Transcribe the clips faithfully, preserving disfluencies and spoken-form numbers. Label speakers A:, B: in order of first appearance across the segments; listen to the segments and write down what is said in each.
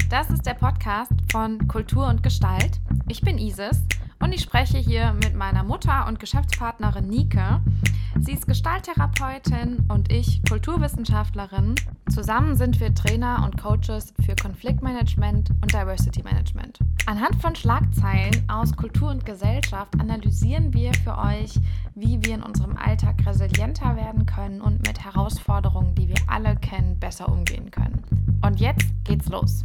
A: Das ist der Podcast von Kultur und Gestalt. Ich bin Isis und ich spreche hier mit meiner Mutter und Geschäftspartnerin Nike. Sie ist Gestalttherapeutin und ich Kulturwissenschaftlerin. Zusammen sind wir Trainer und Coaches für Konfliktmanagement und Diversity Management. Anhand von Schlagzeilen aus Kultur und Gesellschaft analysieren wir für euch, wie wir in unserem Alltag resilienter werden können und mit Herausforderungen, die wir alle kennen, besser umgehen können. Und jetzt geht's los.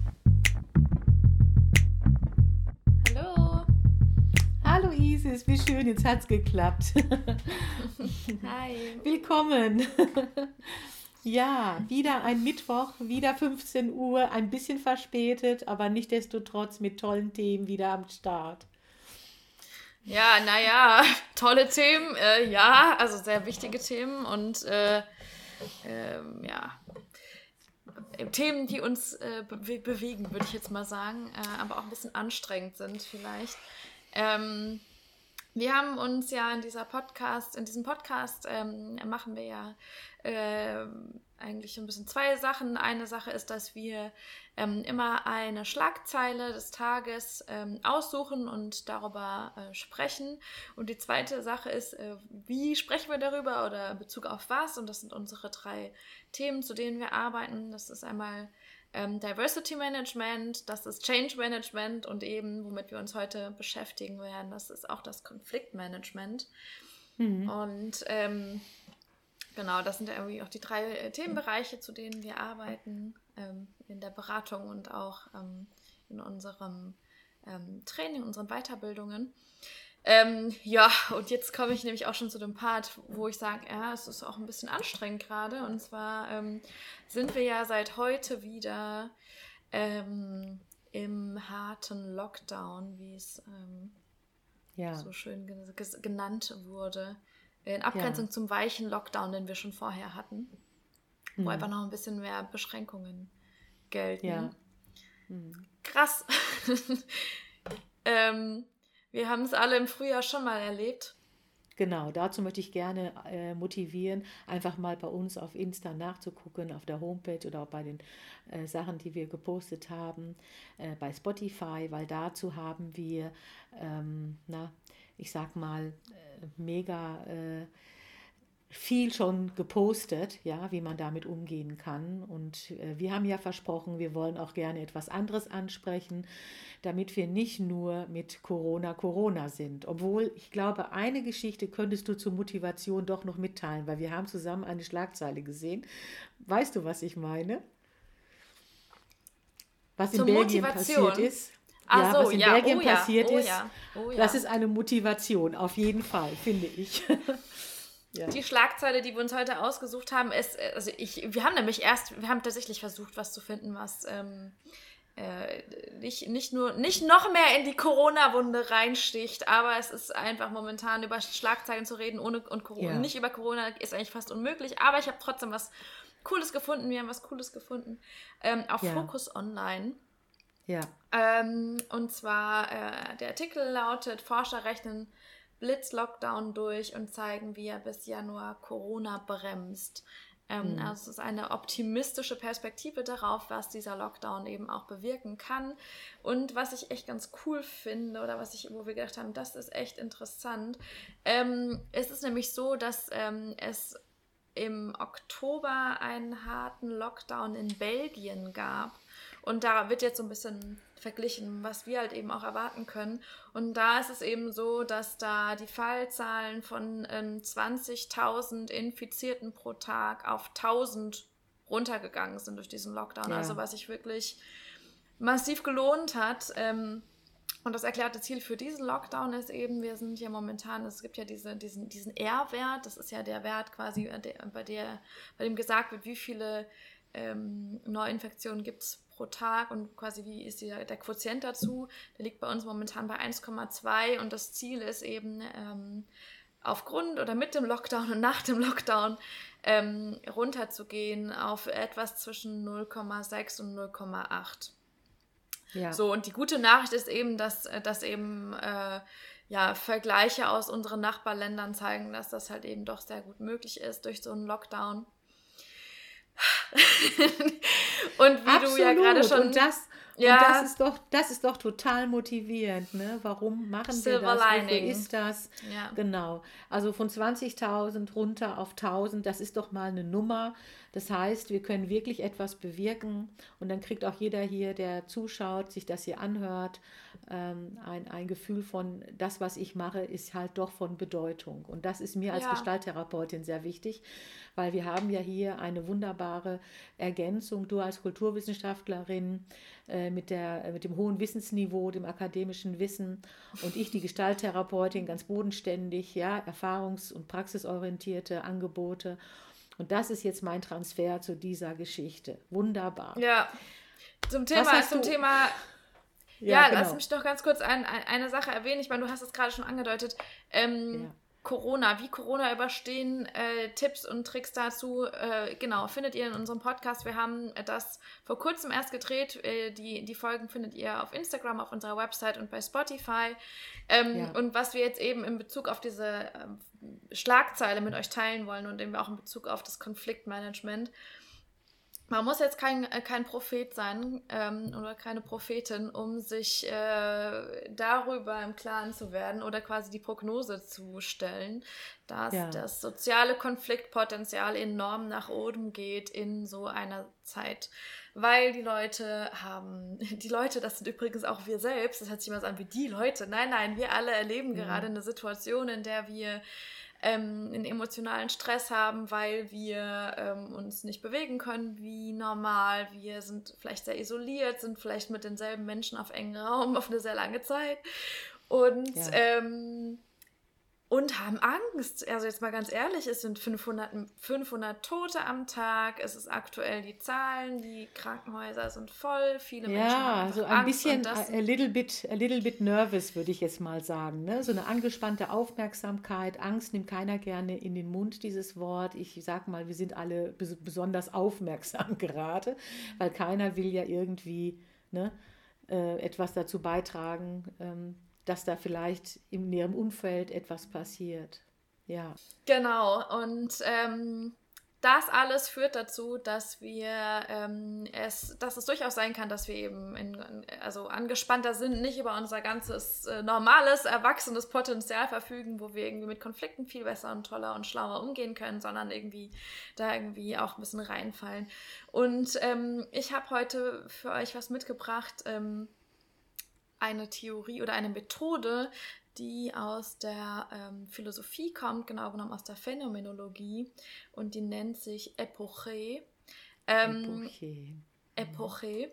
A: Hallo.
B: Hallo Isis, wie schön, jetzt hat's geklappt.
A: Hi.
B: Willkommen. Ja, wieder ein Mittwoch, wieder fünfzehn Uhr, ein bisschen verspätet, aber nichtsdestotrotz mit tollen Themen wieder am Start.
A: Ja, naja, tolle Themen, äh, ja, also sehr wichtige Themen und äh, äh, ja, Themen, die uns äh, be- bewegen, würde ich jetzt mal sagen, äh, aber auch ein bisschen anstrengend sind vielleicht. Ähm, wir haben uns ja in dieser Podcast, in diesem Podcast ähm, machen wir ja äh, eigentlich ein bisschen zwei Sachen. Eine Sache ist, dass wir ähm, immer eine Schlagzeile des Tages ähm, aussuchen und darüber äh, sprechen. Und die zweite Sache ist, äh, wie sprechen wir darüber oder in Bezug auf was? Und das sind unsere drei Themen, zu denen wir arbeiten. Das ist einmal ähm, Diversity Management, das ist Change Management und eben, womit wir uns heute beschäftigen werden, das ist auch das Konfliktmanagement. Mhm. Und ähm, genau, das sind ja irgendwie auch die drei äh, Themenbereiche, zu denen wir arbeiten, ähm, in der Beratung und auch ähm, in unserem ähm, Training, unseren Weiterbildungen. Ähm, ja, und jetzt komme ich nämlich auch schon zu dem Part, wo ich sage, ja, es ist auch ein bisschen anstrengend gerade. Und zwar ähm, sind wir ja seit heute wieder ähm, im harten Lockdown, wie es ähm, ja. so schön ge- ge- genannt wurde. In Abgrenzung ja. zum weichen Lockdown, den wir schon vorher hatten, mhm. wo einfach noch ein bisschen mehr Beschränkungen gelten.
B: Ja. Mhm.
A: Krass. ähm, wir haben es alle im Frühjahr schon mal erlebt.
B: Genau, dazu möchte ich gerne äh, motivieren, einfach mal bei uns auf Insta nachzugucken, auf der Homepage oder auch bei den äh, Sachen, die wir gepostet haben, äh, bei Spotify, weil dazu haben wir, ähm, na, ich sag mal, äh, mega äh, viel schon gepostet, ja, wie man damit umgehen kann. Und äh, wir haben ja versprochen, wir wollen auch gerne etwas anderes ansprechen, damit wir nicht nur mit Corona Corona sind. Obwohl, ich glaube, eine Geschichte könntest du zur Motivation doch noch mitteilen, weil wir haben zusammen eine Schlagzeile gesehen. Weißt du, was ich meine? Was in Belgien passiert ist.
A: Ach
B: ja,
A: so,
B: was in
A: ja,
B: Belgien
A: oh ja,
B: passiert
A: oh
B: ist,
A: ja, oh ja.
B: Das ist eine Motivation, auf jeden Fall, finde ich.
A: Ja. Die Schlagzeile, die wir uns heute ausgesucht haben, ist, also ich, wir haben nämlich erst, wir haben tatsächlich versucht, was zu finden, was ähm, äh, nicht, nicht nur, nicht noch mehr in die Corona-Wunde reinsticht, aber es ist einfach momentan über Schlagzeilen zu reden ohne und Corona, ja. nicht über Corona ist eigentlich fast unmöglich, aber ich habe trotzdem was Cooles gefunden, wir haben was Cooles gefunden ähm, auf ja. Focus Online.
B: Ja.
A: Ähm, und zwar, äh, der Artikel lautet, Forscher rechnen Blitz-Lockdown durch und zeigen, wie er bis Januar Corona bremst. Ähm, mhm. Also es ist eine optimistische Perspektive darauf, was dieser Lockdown eben auch bewirken kann. Und was ich echt ganz cool finde, oder was ich, wo wir gedacht haben, das ist echt interessant, ähm, es ist nämlich so, dass ähm, es im Oktober einen harten Lockdown in Belgien gab. Und da wird jetzt so ein bisschen verglichen, was wir halt eben auch erwarten können. Und da ist es eben so, dass da die Fallzahlen von ähm, zwanzigtausend Infizierten pro Tag auf tausend runtergegangen sind durch diesen Lockdown. Ja. Also was sich wirklich massiv gelohnt hat. Ähm, und das erklärte Ziel für diesen Lockdown ist eben, wir sind ja momentan, es gibt ja diese, diesen, diesen R-Wert, das ist ja der Wert quasi, der, bei, der, bei dem gesagt wird, wie viele ähm, Neuinfektionen gibt es pro Tag und quasi wie ist die, der Quotient dazu, der liegt bei uns momentan bei eins Komma zwei und das Ziel ist eben ähm, aufgrund oder mit dem Lockdown und nach dem Lockdown ähm, runterzugehen auf etwas zwischen null Komma sechs und null Komma acht. Ja. So, und die gute Nachricht ist eben, dass, dass eben äh, ja, Vergleiche aus unseren Nachbarländern zeigen, dass das halt eben doch sehr gut möglich ist durch so einen Lockdown. Und wie
B: Absolut.
A: du ja gerade schon...
B: Und das,
A: Ja.
B: Und das ist doch, das ist doch total motivierend, ne? Warum machen wir
A: Silver
B: das? Wofür
A: lining.
B: ist das?
A: Ja.
B: Genau. Also von zwanzigtausend runter auf tausend, das ist doch mal eine Nummer. Das heißt, wir können wirklich etwas bewirken und dann kriegt auch jeder hier, der zuschaut, sich das hier anhört, ähm, ein, ein Gefühl von, das, was ich mache, ist halt doch von Bedeutung. Und das ist mir als
A: Ja.
B: Gestalttherapeutin sehr wichtig, weil wir haben ja hier eine wunderbare Ergänzung, du als Kulturwissenschaftlerin äh, mit, der, mit dem hohen Wissensniveau, dem akademischen Wissen und ich, die Gestalttherapeutin, ganz bodenständig, ja, erfahrungs- und praxisorientierte Angebote. Und das ist jetzt mein Transfer zu dieser Geschichte. Wunderbar.
A: Ja. Zum
B: Was
A: Thema,
B: hast
A: zum
B: du?
A: Thema,
B: Ja,
A: ja,
B: genau.
A: lass mich doch ganz kurz ein, ein, eine Sache erwähnen. Ich meine, du hast es gerade schon angedeutet. Ähm,
B: Ja.
A: Corona, wie Corona überstehen, äh, Tipps und Tricks dazu, äh, genau, findet ihr in unserem Podcast. Wir haben das vor kurzem erst gedreht. Äh, die, die Folgen findet ihr auf Instagram, auf unserer Website und bei Spotify. Ähm,
B: Ja.
A: Und was wir jetzt eben in Bezug auf diese ähm, Schlagzeile mit euch teilen wollen und eben auch in Bezug auf das Konfliktmanagement. Man muss jetzt kein, äh, kein Prophet sein ähm, oder keine Prophetin, um sich äh, darüber im Klaren zu werden oder quasi die Prognose zu stellen, dass
B: Ja.
A: das soziale Konfliktpotenzial enorm nach oben geht in so einer Zeit. Weil die Leute haben, die Leute, das sind übrigens auch wir selbst, das hört sich immer so an wie die Leute, nein, nein, wir alle erleben
B: Ja.
A: gerade eine Situation, in der wir ähm, einen emotionalen Stress haben, weil wir ähm, uns nicht bewegen können wie normal. Wir sind vielleicht sehr isoliert, sind vielleicht mit denselben Menschen auf engem Raum auf eine sehr lange Zeit und,
B: Ja.
A: ähm, und haben Angst. Also jetzt mal ganz ehrlich, es sind fünfhundert, fünfhundert Tote am Tag, es ist aktuell die Zahlen, die Krankenhäuser sind voll, viele Menschen haben
B: Ja,
A: einfach
B: so ein
A: Angst.
B: bisschen
A: Und das,
B: a little bit, a little bit nervous, würde ich jetzt mal sagen. Ne? So eine angespannte Aufmerksamkeit. Angst nimmt keiner gerne in den Mund, dieses Wort. Ich sag mal, wir sind alle bes besonders aufmerksam gerade, weil keiner will ja irgendwie, ne, äh, etwas dazu beitragen, ähm, dass da vielleicht in ihrem Umfeld etwas passiert. Ja,
A: Genau, und ähm, das alles führt dazu, dass wir ähm, es, dass es durchaus sein kann, dass wir eben in, also angespannter sind, nicht über unser ganzes äh, normales, erwachsenes Potenzial verfügen, wo wir irgendwie mit Konflikten viel besser und toller und schlauer umgehen können, sondern irgendwie da irgendwie auch ein bisschen reinfallen. Und ähm, ich habe heute für euch was mitgebracht, ähm, eine Theorie oder eine Methode, die aus der ähm, Philosophie kommt, genau genommen aus der Phänomenologie, und die nennt sich Epoche. Ähm,
B: Epoche.
A: Epoche.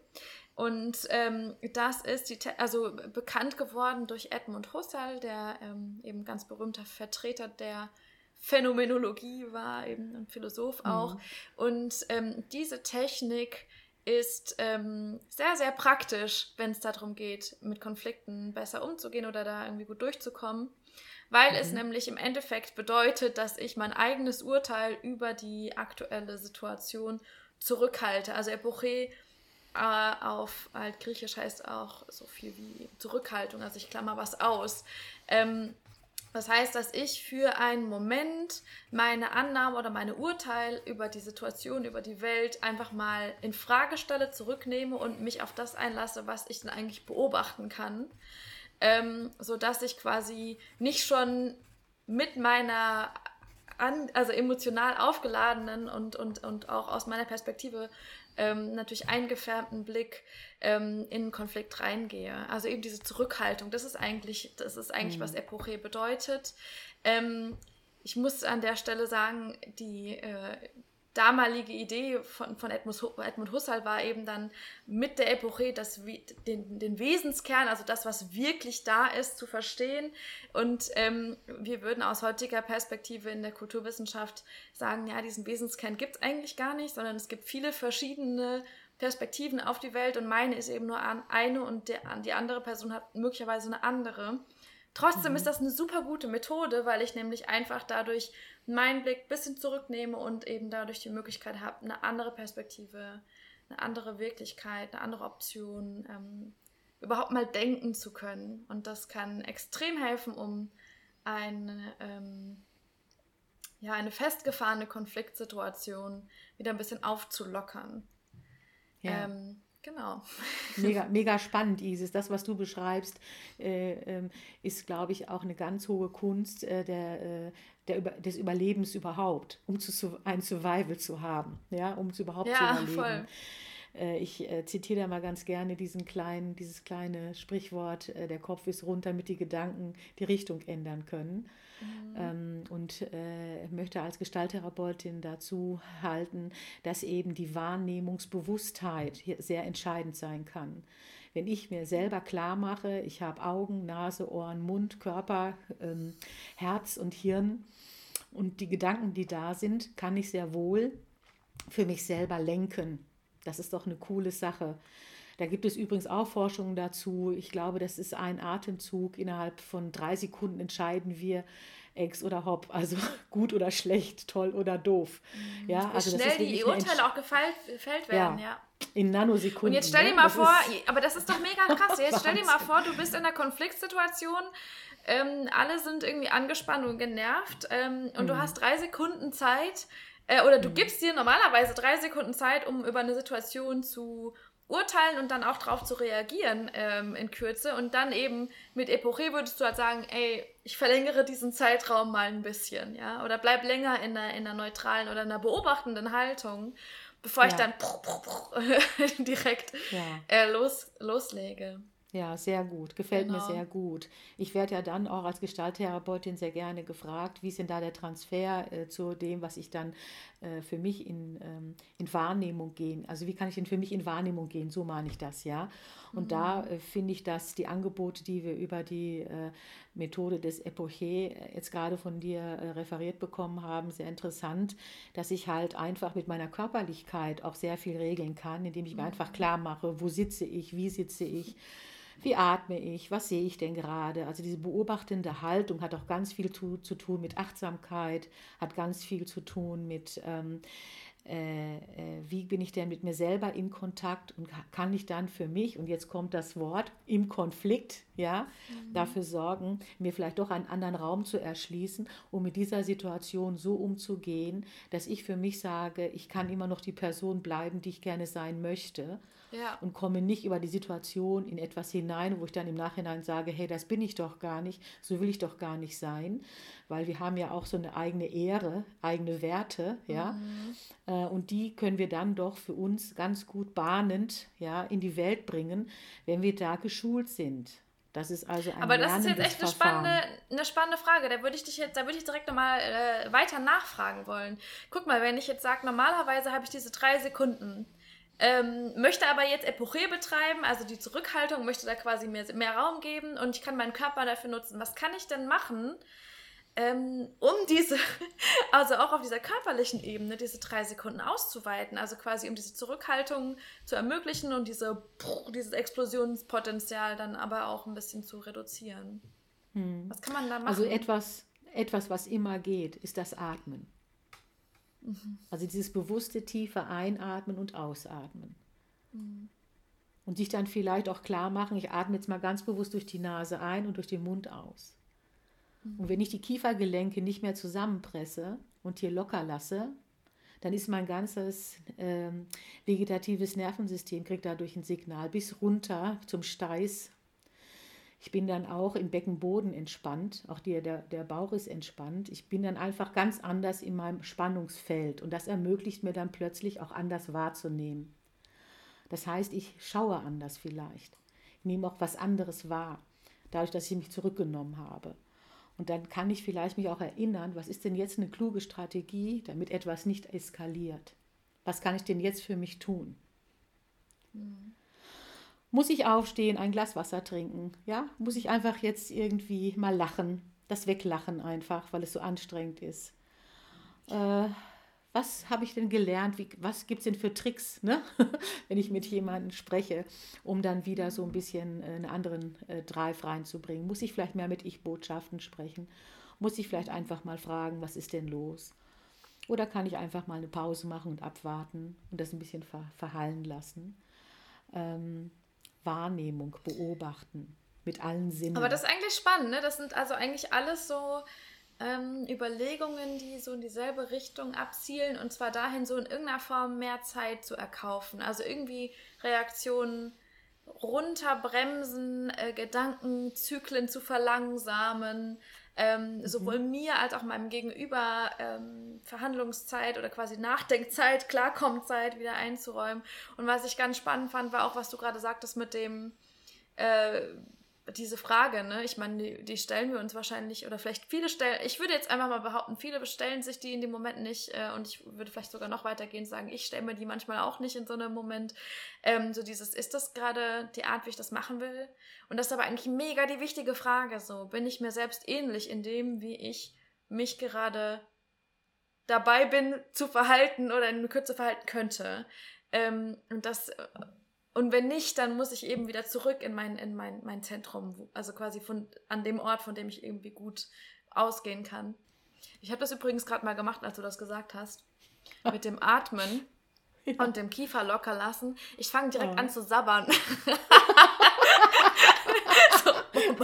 A: Und ähm, das ist die, Te also bekannt geworden durch Edmund Husserl, der ähm, eben ganz berühmter Vertreter der Phänomenologie war, eben ein Philosoph auch.
B: Mhm.
A: Und ähm, diese Technik ist ähm, sehr, sehr praktisch, wenn es darum geht, mit Konflikten besser umzugehen oder da irgendwie gut durchzukommen, weil es
B: Mhm.
A: nämlich im Endeffekt bedeutet, dass ich mein eigenes Urteil über die aktuelle Situation zurückhalte. Also Epoche äh, auf Altgriechisch heißt auch so viel wie Zurückhaltung, also ich klammer was aus. Ähm, Das heißt, dass ich für einen Moment meine Annahme oder meine Urteil über die Situation, über die Welt einfach mal in Frage stelle, zurücknehme und mich auf das einlasse, was ich denn eigentlich beobachten kann, ähm, sodass ich quasi nicht schon mit meiner an, also emotional aufgeladenen und, und, und auch aus meiner Perspektive ähm, natürlich eingefärbten Blick ähm, in einen Konflikt reingehe. Also eben diese Zurückhaltung, das ist eigentlich, das ist eigentlich, was Epoche bedeutet. Ähm, ich muss an der Stelle sagen, die äh, damalige Idee von, von Edmund Husserl war eben dann mit der Epoche das, den, den Wesenskern, also das, was wirklich da ist, zu verstehen. Und ähm, wir würden aus heutiger Perspektive in der Kulturwissenschaft sagen, ja, diesen Wesenskern gibt es eigentlich gar nicht, sondern es gibt viele verschiedene Perspektiven auf die Welt und meine ist eben nur eine und der, die andere Person hat möglicherweise eine andere. Trotzdem mhm. ist das eine super gute Methode, weil ich nämlich einfach dadurch meinen Blick ein bisschen zurücknehme und eben dadurch die Möglichkeit habe, eine andere Perspektive, eine andere Wirklichkeit, eine andere Option ähm, überhaupt mal denken zu können. Und das kann extrem helfen, um eine, ähm, ja, eine festgefahrene Konfliktsituation wieder ein bisschen aufzulockern.
B: Ja.
A: Ähm, Genau.
B: Mega, mega spannend, Isis. Das, was du beschreibst, äh, ähm, ist, glaube ich, auch eine ganz hohe Kunst äh, der, äh, der Über des Überlebens überhaupt, um zu, ein Survival zu haben, ja, um es überhaupt zu
A: Ja,
B: überleben.
A: voll.
B: Äh, ich äh, zitiere da mal ganz gerne diesen kleinen, dieses kleine Sprichwort, äh, der Kopf ist rund, damit die Gedanken die Richtung ändern können.
A: Mhm.
B: Ähm, und äh, möchte als Gestalttherapeutin dazu halten, dass eben die Wahrnehmungsbewusstheit hier sehr entscheidend sein kann. Wenn ich mir selber klar mache, ich habe Augen, Nase, Ohren, Mund, Körper, ähm, Herz und Hirn und die Gedanken, die da sind, kann ich sehr wohl für mich selber lenken. Das ist doch eine coole Sache. Da gibt es übrigens auch Forschungen dazu. Ich glaube, das ist ein Atemzug. Innerhalb von drei Sekunden entscheiden wir Ex oder Hop, also gut oder schlecht, toll oder doof. Ja,
A: Wie
B: also das
A: schnell
B: ist
A: die
B: wirklich eine
A: Urteile
B: Entsch
A: auch gefällt, gefällt werden,
B: ja,
A: ja.
B: in
A: Und jetzt
B: Nanosekunden.
A: stell dir
B: Ne?
A: mal
B: Das
A: vor,
B: ist
A: aber das ist doch mega krass. Jetzt stell dir mal
B: Wahnsinn.
A: vor, du bist in einer Konfliktsituation, ähm, alle sind irgendwie angespannt und genervt ähm, und du hast drei Sekunden Zeit, äh, oder du gibst dir normalerweise drei Sekunden Zeit, um über eine Situation zu urteilen und dann auch darauf zu reagieren ähm, in Kürze. Und dann eben mit Epoche würdest du halt sagen, ey, ich verlängere diesen Zeitraum mal ein bisschen, ja, oder bleib länger in einer, in einer neutralen oder einer beobachtenden Haltung, bevor ich
B: Ja,
A: dann direkt
B: ja.
A: äh, los, loslege.
B: Ja, sehr gut. Gefällt mir
A: Genau.
B: sehr gut. Ich werde ja dann auch als Gestalttherapeutin sehr gerne gefragt, wie ist denn da der Transfer äh, zu dem, was ich dann äh, für mich in, ähm, in Wahrnehmung gehen. Also wie kann ich denn für mich in Wahrnehmung gehen? So meine ich das, ja. Und da äh, finde ich, dass die Angebote, die wir über die äh, Methode des Epoche äh, jetzt gerade von dir äh, referiert bekommen haben, sehr interessant, dass ich halt einfach mit meiner Körperlichkeit auch sehr viel regeln kann, indem ich mir einfach klar mache, wo sitze ich, wie sitze ich, wie atme ich? Was sehe ich denn gerade? Also diese beobachtende Haltung hat auch ganz viel zu, zu tun mit Achtsamkeit, hat ganz viel zu tun mit, ähm, äh, äh, wie bin ich denn mit mir selber in Kontakt und kann ich dann für mich, und jetzt kommt das Wort, im Konflikt, ja, dafür sorgen, mir vielleicht doch einen anderen Raum zu erschließen, um mit dieser Situation so umzugehen, dass ich für mich sage, ich kann immer noch die Person bleiben, die ich gerne sein möchte
A: Ja.
B: und komme nicht über die Situation in etwas hinein, wo ich dann im Nachhinein sage, hey, das bin ich doch gar nicht, so will ich doch gar nicht sein, weil wir haben ja auch so eine eigene Ehre, eigene Werte, ja,
A: Mhm.
B: äh, und die können wir dann doch für uns ganz gut bahnend, ja, in die Welt bringen, wenn wir da geschult sind. Das ist also ein
A: Aber das ist jetzt
B: lernendes
A: echt eine spannende,
B: Verfahren.
A: eine spannende Frage. Da würde ich dich jetzt, da würde ich direkt nochmal äh, weiter nachfragen wollen. Guck mal, wenn ich jetzt sage, normalerweise habe ich diese drei Sekunden, ähm, möchte aber jetzt Epoche betreiben, also die Zurückhaltung, möchte da quasi mehr, mehr Raum geben und ich kann meinen Körper dafür nutzen. Was kann ich denn machen, ähm, um diese, also auch auf dieser körperlichen Ebene, diese drei Sekunden auszuweiten, also quasi um diese Zurückhaltung zu ermöglichen und diese, dieses Explosionspotenzial dann aber auch ein bisschen zu reduzieren. Was kann man da
B: Also
A: machen?
B: etwas, etwas, was immer geht, ist das Atmen. Also dieses bewusste tiefe Einatmen und Ausatmen. Und sich dann vielleicht auch klar machen, ich atme jetzt mal ganz bewusst durch die Nase ein und durch den Mund aus. Und wenn ich die Kiefergelenke nicht mehr zusammenpresse und hier locker lasse, dann ist mein ganzes ähm, vegetatives Nervensystem, kriegt dadurch ein Signal bis runter zum Steiß. Ich bin dann auch im Beckenboden entspannt, auch die, der, der Bauch ist entspannt. Ich bin dann einfach ganz anders in meinem Spannungsfeld und das ermöglicht mir dann plötzlich auch anders wahrzunehmen. Das heißt, ich schaue anders vielleicht. Ich nehme auch was anderes wahr, dadurch, dass ich mich zurückgenommen habe. Und dann kann ich vielleicht mich auch erinnern, was ist denn jetzt eine kluge Strategie, damit etwas nicht eskaliert? Was kann ich denn jetzt für mich tun? Mhm. Muss ich aufstehen, ein Glas Wasser trinken? Ja? Muss ich einfach jetzt irgendwie mal lachen? Das Weglachen einfach, weil es so anstrengend ist. Äh, was habe ich denn gelernt? Wie, was gibt es denn für Tricks, ne? wenn ich mit jemandem spreche, um dann wieder so ein bisschen einen anderen äh, Drive reinzubringen? Muss ich vielleicht mehr mit Ich-Botschaften sprechen? Muss ich vielleicht einfach mal fragen, was ist denn los? Oder kann ich einfach mal eine Pause machen und abwarten und das ein bisschen ver- verhallen lassen? Ähm, Wahrnehmung, beobachten mit allen
A: Aber
B: Sinnen.
A: das ist eigentlich spannend, ne? Das sind also eigentlich alles so ähm, Überlegungen, die so in dieselbe Richtung abzielen und zwar dahin, so in irgendeiner Form mehr Zeit zu erkaufen. Also irgendwie Reaktionen runterbremsen, äh, Gedankenzyklen zu verlangsamen, ähm, sowohl mir als auch meinem Gegenüber ähm, Verhandlungszeit oder quasi Nachdenkzeit, Klarkommzeit wieder einzuräumen. Und was ich ganz spannend fand, war auch, was du gerade sagtest mit dem äh, diese Frage, ne? Ich meine, die, die stellen wir uns wahrscheinlich, oder vielleicht viele stellen, ich würde jetzt einfach mal behaupten, viele stellen sich die in dem Moment nicht, äh, und ich würde vielleicht sogar noch weitergehen und sagen, ich stelle mir die manchmal auch nicht in so einem Moment. Ähm, so dieses, ist das gerade die Art, wie ich das machen will? Und das ist aber eigentlich mega die wichtige Frage, so, bin ich mir selbst ähnlich in dem, wie ich mich gerade dabei bin, zu verhalten oder in Kürze verhalten könnte? Ähm, und das... Und wenn nicht, dann muss ich eben wieder zurück in mein, in mein, mein Zentrum, also quasi von, an dem Ort, von dem ich irgendwie gut ausgehen kann. Ich habe das übrigens gerade mal gemacht, als du das gesagt hast, mit dem Atmen ja. und dem Kiefer locker lassen. Ich fange direkt oh. an zu sabbern. so.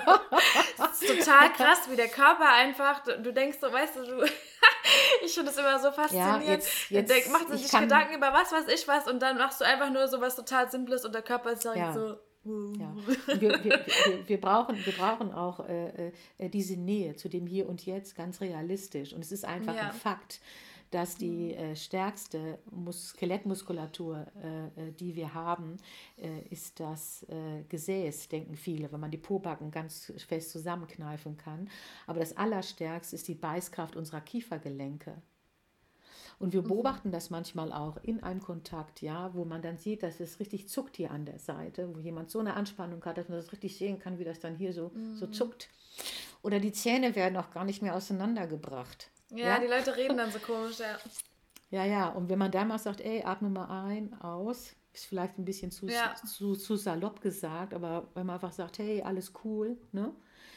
A: Das ist total krass, wie der Körper einfach, du, du denkst so, weißt du, du... Ich finde das immer so faszinierend. Ja, jetzt, jetzt, der macht sich kann... Gedanken über was, weiß ich was und dann machst du einfach nur so was total Simples und der Körper ist direkt ja. so...
B: Ja. Wir, wir, wir, wir, brauchen, wir brauchen auch äh, äh, diese Nähe zu dem Hier und Jetzt ganz realistisch. Und es ist einfach ja. ein Fakt, dass die äh, stärkste Mus- Skelettmuskulatur, äh, die wir haben, äh, ist das äh, Gesäß, denken viele, wenn man die Pobacken ganz fest zusammenkneifen kann. Aber das Allerstärkste ist die Beißkraft unserer Kiefergelenke. Und wir beobachten mhm. das manchmal auch in einem Kontakt, ja, wo man dann sieht, dass es richtig zuckt hier an der Seite, wo jemand so eine Anspannung hat, dass man das richtig sehen kann, wie das dann hier so, mhm. so zuckt. Oder die Zähne werden auch gar nicht mehr auseinandergebracht.
A: Ja, ja, die Leute reden dann so komisch, ja.
B: Ja, ja, und wenn man dann mal sagt, ey, atme mal ein, aus, ist vielleicht ein bisschen zu, ja. zu, zu salopp gesagt, aber wenn man einfach sagt, hey, alles cool, ne?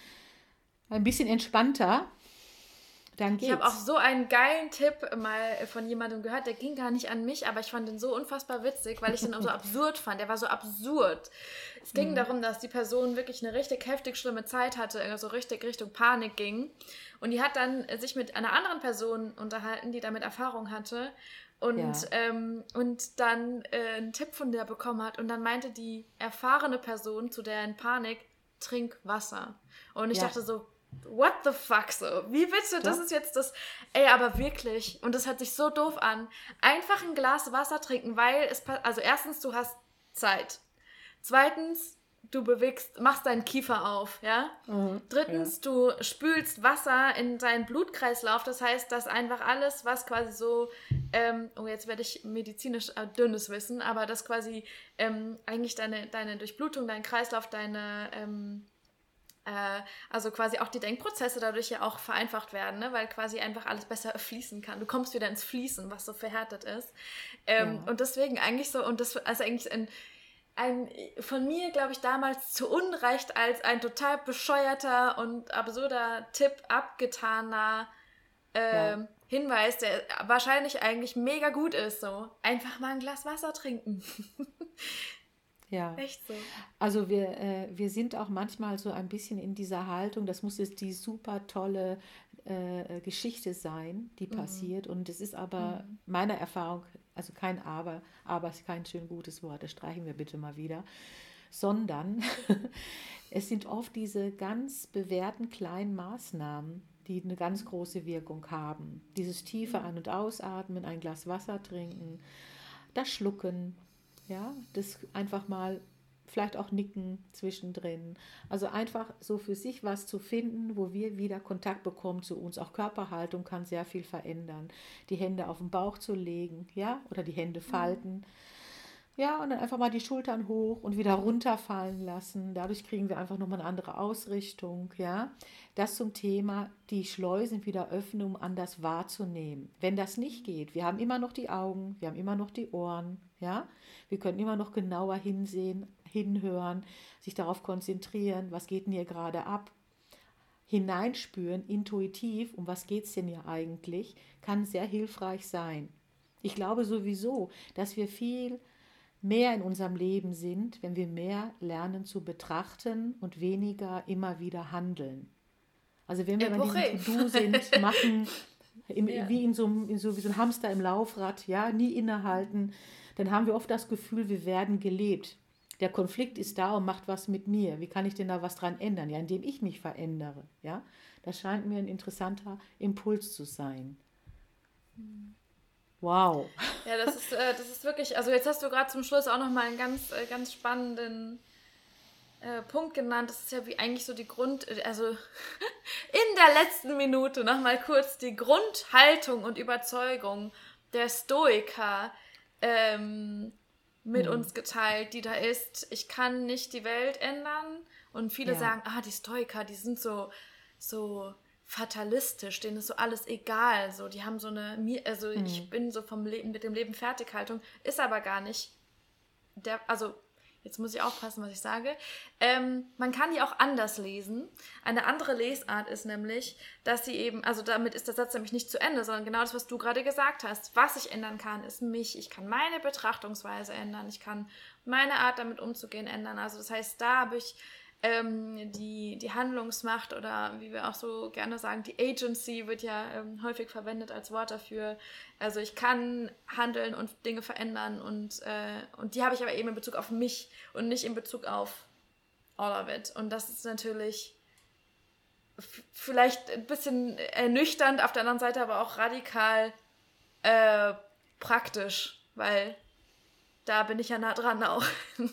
B: Ein bisschen entspannter, dann geht's.
A: Ich habe auch so einen geilen Tipp mal von jemandem gehört, der ging gar nicht an mich, aber ich fand den so unfassbar witzig, weil ich den auch so absurd fand. Der war so absurd. Es ging mhm. darum, dass die Person wirklich eine richtig heftig schlimme Zeit hatte, also richtig Richtung Panik ging. Und die hat dann sich mit einer anderen Person unterhalten, die damit Erfahrung hatte und, ja. ähm, und dann äh, einen Tipp von der bekommen hat. Und dann meinte die erfahrene Person zu der in Panik, trink Wasser. Und ich ja. dachte so, what the fuck so? Wie willst du, das ist jetzt das, ey, aber wirklich, und das hört sich so doof an, einfach ein Glas Wasser trinken, weil es, also erstens, du hast Zeit. Zweitens, du bewegst, machst deinen Kiefer auf, ja? Mhm, Drittens, ja. du spülst Wasser in deinen Blutkreislauf, das heißt, dass einfach alles, was quasi so, ähm, oh, jetzt werde ich medizinisch äh, dünnes Wissen, aber dass quasi ähm, eigentlich deine, deine Durchblutung, dein Kreislauf, deine, ähm, äh, also quasi auch die Denkprozesse dadurch ja auch vereinfacht werden, ne? Weil quasi einfach alles besser fließen kann. Du kommst wieder ins Fließen, was so verhärtet ist. Ähm, ja. Und deswegen eigentlich so, und das also eigentlich ein Ein, von mir, glaube ich, damals zu Unrecht als ein total bescheuerter und absurder Tipp abgetaner äh, ja. Hinweis, der wahrscheinlich eigentlich mega gut ist. So, einfach mal ein Glas Wasser trinken.
B: Ja,
A: echt so.
B: Also wir, äh, wir sind auch manchmal so ein bisschen in dieser Haltung, das muss jetzt die super tolle äh, Geschichte sein, die mhm. passiert. Und es ist aber mhm. meiner Erfahrung, also kein Aber, aber ist kein schön gutes Wort, das streichen wir bitte mal wieder, sondern es sind oft diese ganz bewährten kleinen Maßnahmen, die eine ganz große Wirkung haben. Dieses tiefe Ein- und Ausatmen, ein Glas Wasser trinken, das Schlucken, ja, das einfach mal vielleicht auch nicken zwischendrin. Also einfach so für sich was zu finden, wo wir wieder Kontakt bekommen zu uns. Auch Körperhaltung kann sehr viel verändern. Die Hände auf den Bauch zu legen, ja, oder die Hände falten. Mhm. Ja, und dann einfach mal die Schultern hoch und wieder runterfallen lassen. Dadurch kriegen wir einfach nochmal eine andere Ausrichtung, ja. Das zum Thema, die Schleusen wieder öffnen, um anders wahrzunehmen. Wenn das nicht geht, wir haben immer noch die Augen, wir haben immer noch die Ohren, ja. Wir können immer noch genauer hinsehen, hinhören, sich darauf konzentrieren, was geht denn hier gerade ab. Hineinspüren, intuitiv, um was geht es denn hier eigentlich, kann sehr hilfreich sein. Ich glaube sowieso, dass wir viel mehr in unserem Leben sind, wenn wir mehr lernen zu betrachten und weniger immer wieder handeln. Also wenn wir bei
A: Epoche.
B: diesem To-Do sind, machen, im,
A: Ja.
B: wie, in so, einem- in so, wie so ein Hamster im Laufrad, ja, nie innehalten, dann haben wir oft das Gefühl, wir werden gelebt. Der Konflikt ist da und macht was mit mir. Wie kann ich denn da was dran ändern? Ja, indem ich mich verändere. Ja, das scheint mir ein interessanter Impuls zu sein. Wow.
A: Ja, das ist, äh, das ist wirklich, also jetzt hast du gerade zum Schluss auch nochmal einen ganz, äh, ganz spannenden äh, Punkt genannt. Das ist ja wie eigentlich so die Grund, also in der letzten Minute nochmal kurz die Grundhaltung und Überzeugung der Stoiker ähm, mit
B: Hm.
A: uns geteilt, die da ist. Ich kann nicht die Welt ändern. Und viele
B: Ja.
A: sagen, ah, die Stoiker, die sind so, so fatalistisch, denen ist so alles egal. So, die haben so eine, mir- also ich bin so vom Leben, mit dem Leben Fertighaltung, ist aber gar nicht der, also jetzt muss ich aufpassen, was ich sage. Ähm, man kann die auch anders lesen. Eine andere Lesart ist nämlich, dass sie eben, also damit ist der Satz nämlich nicht zu Ende, sondern genau das, was du gerade gesagt hast. Was ich ändern kann, ist mich. Ich kann meine Betrachtungsweise ändern. Ich kann meine Art, damit umzugehen, ändern. Also das heißt, da habe ich ähm, die, die Handlungsmacht oder wie wir auch so gerne sagen, die Agency wird ja ähm, häufig verwendet als Wort dafür. Also ich kann handeln und Dinge verändern und, äh, und die habe ich aber eben in Bezug auf mich und nicht in Bezug auf all of it. Und das ist natürlich f- vielleicht ein bisschen ernüchternd, auf der anderen Seite aber auch radikal äh, praktisch, weil da bin ich ja nah dran auch.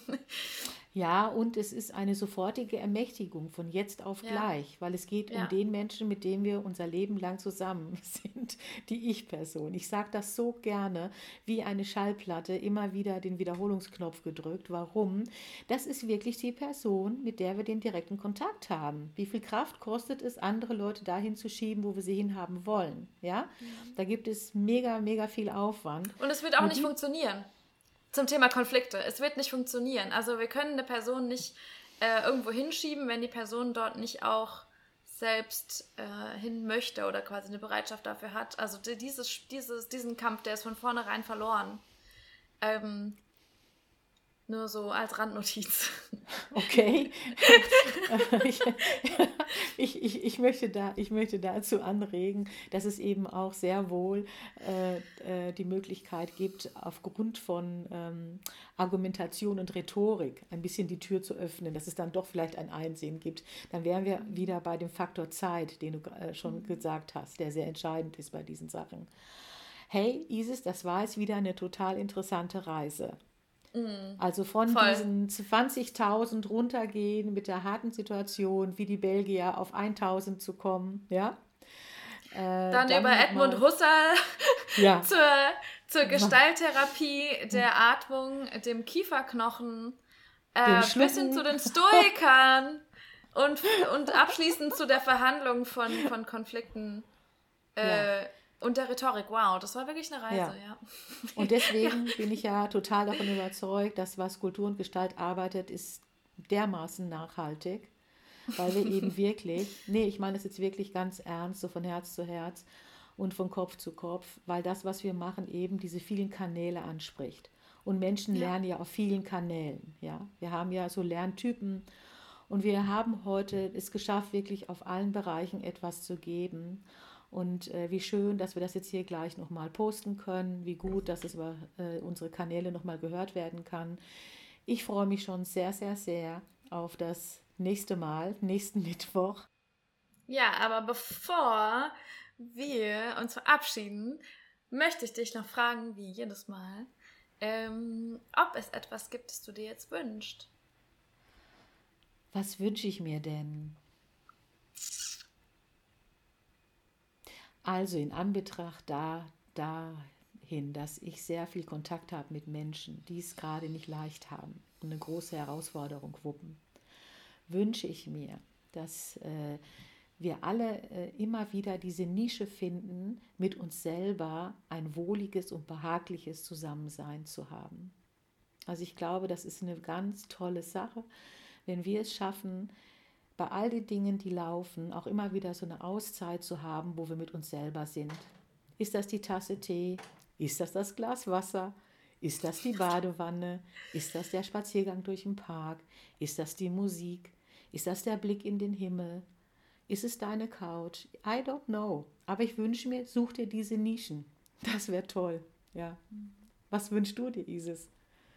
B: Ja, und es ist eine sofortige Ermächtigung von jetzt auf
A: Ja.
B: gleich, weil es geht
A: Ja.
B: um den Menschen, mit dem wir unser Leben lang zusammen sind, die Ich-Person. Ich sage das so gerne, wie eine Schallplatte, immer wieder den Wiederholungsknopf gedrückt. Warum? Das ist wirklich die Person, mit der wir den direkten Kontakt haben. Wie viel Kraft kostet es, andere Leute dahin zu schieben, wo wir sie hinhaben wollen? Ja, da gibt es mega, mega viel Aufwand.
A: Und es wird auch
B: Nur
A: nicht
B: die-
A: funktionieren. Zum Thema Konflikte. Es wird nicht funktionieren. Also wir können eine Person nicht äh, irgendwo hinschieben, wenn die Person dort nicht auch selbst äh, hin möchte oder quasi eine Bereitschaft dafür hat. Also die, dieses, dieses, diesen Kampf, der ist von vornherein verloren. Ähm, nur so als Randnotiz.
B: Okay. ich, ich, ich, ich, möchte da, ich möchte dazu anregen, dass es eben auch sehr wohl äh, äh, die Möglichkeit gibt, aufgrund von ähm, Argumentation und Rhetorik ein bisschen die Tür zu öffnen, dass es dann doch vielleicht ein Einsehen gibt. Dann wären wir wieder bei dem Faktor Zeit, den du äh, schon gesagt hast, der sehr entscheidend ist bei diesen Sachen. Hey, Isis, das war jetzt wieder eine total interessante Reise. Also von
A: Voll.
B: diesen zwanzigtausend runtergehen mit der harten Situation, wie die Belgier auf eintausend zu kommen, ja. Äh,
A: Dann, über
B: noch
A: Edmund
B: mal-
A: Husserl
B: Ja,
A: zur, zur Gestalttherapie, der Atmung, dem Kieferknochen, äh,
B: Dem
A: bis hin
B: Schlucken.
A: zu den Stoikern und, und abschließend zu der Verhandlung von, von Konflikten äh, und der Rhetorik. Wow, das war wirklich eine Reise,
B: Ja.
A: ja.
B: Und deswegen bin ich ja total davon überzeugt, dass was Kultur und Gestalt arbeitet, ist dermaßen nachhaltig, weil wir eben wirklich, nee, ich meine das jetzt wirklich ganz ernst, so von Herz zu Herz und von Kopf zu Kopf, weil das, was wir machen, eben diese vielen Kanäle anspricht. Und Menschen
A: Ja.
B: lernen ja auf vielen Kanälen, ja. Wir haben ja so Lerntypen und wir haben heute es geschafft, wirklich auf allen Bereichen etwas zu geben. Und äh, wie schön, dass wir das jetzt hier gleich nochmal posten können, wie gut, dass es über äh, unsere Kanäle nochmal gehört werden kann. Ich freue mich schon sehr, sehr, sehr auf das nächste Mal, nächsten Mittwoch.
A: Ja, aber bevor wir uns verabschieden, möchte ich dich noch fragen, wie jedes Mal, ähm, ob es etwas gibt, das du dir jetzt wünschst.
B: Was wünsche ich mir denn? Also in Anbetracht da, dahin, dass ich sehr viel Kontakt habe mit Menschen, die es gerade nicht leicht haben und eine große Herausforderung wuppen, wünsche ich mir, dass äh, wir alle äh, immer wieder diese Nische finden, mit uns selber ein wohliges und behagliches Zusammensein zu haben. Also ich glaube, das ist eine ganz tolle Sache, wenn wir es schaffen, bei all den Dingen, die laufen, auch immer wieder so eine Auszeit zu haben, wo wir mit uns selber sind. Ist das die Tasse Tee? Ist das das Glas Wasser? Ist das die Badewanne? Ist das der Spaziergang durch den Park? Ist das die Musik? Ist das der Blick in den Himmel? Ist es deine Couch? I don't know. Aber ich wünsche mir, such dir diese Nischen. Das wäre toll. Ja. Was wünschst du dir, Isis?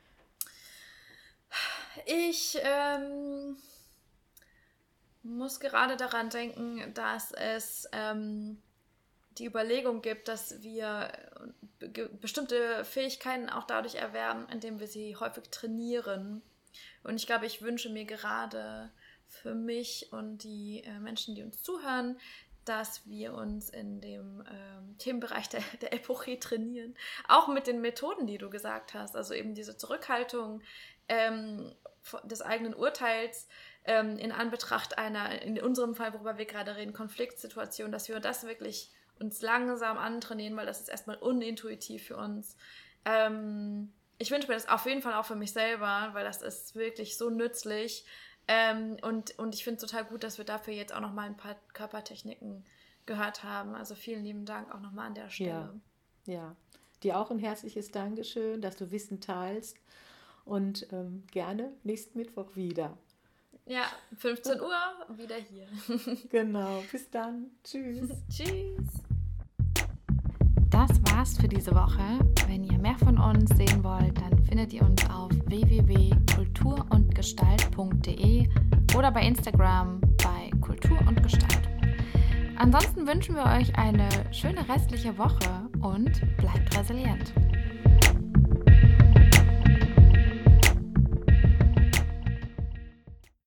A: Ich ähm, muss gerade daran denken, dass es ähm, die Überlegung gibt, dass wir be- bestimmte Fähigkeiten auch dadurch erwerben, indem wir sie häufig trainieren. Und ich glaube, ich wünsche mir gerade für mich und die äh, Menschen, die uns zuhören, dass wir uns in dem ähm, Themenbereich der, der Epoche trainieren. Auch mit den Methoden, die du gesagt hast. Also eben diese Zurückhaltung ähm, des eigenen Urteils ähm, in Anbetracht einer, in unserem Fall, worüber wir gerade reden, Konfliktsituation, dass wir das wirklich uns langsam antrainieren, weil das ist erstmal unintuitiv für uns. Ähm, ich wünsche mir das auf jeden Fall auch für mich selber, weil das ist wirklich so nützlich. Ähm, und, und ich finde es total gut, dass wir dafür jetzt auch nochmal ein paar Körpertechniken gehört haben. Also vielen lieben Dank auch nochmal an der Stelle.
B: Ja, ja. Dir auch ein herzliches Dankeschön, dass du Wissen teilst und ähm, gerne nächsten Mittwoch wieder.
A: Ja, fünfzehn Uhr wieder hier.
B: Genau, bis dann. Tschüss.
A: Tschüss.
C: Das war's für diese Woche. Wenn ihr mehr von uns sehen wollt, dann findet ihr uns auf w w w punkt kultur und gestalt punkt d e oder bei Instagram bei Kultur und Gestalt. Ansonsten wünschen wir euch eine schöne restliche Woche und bleibt resilient.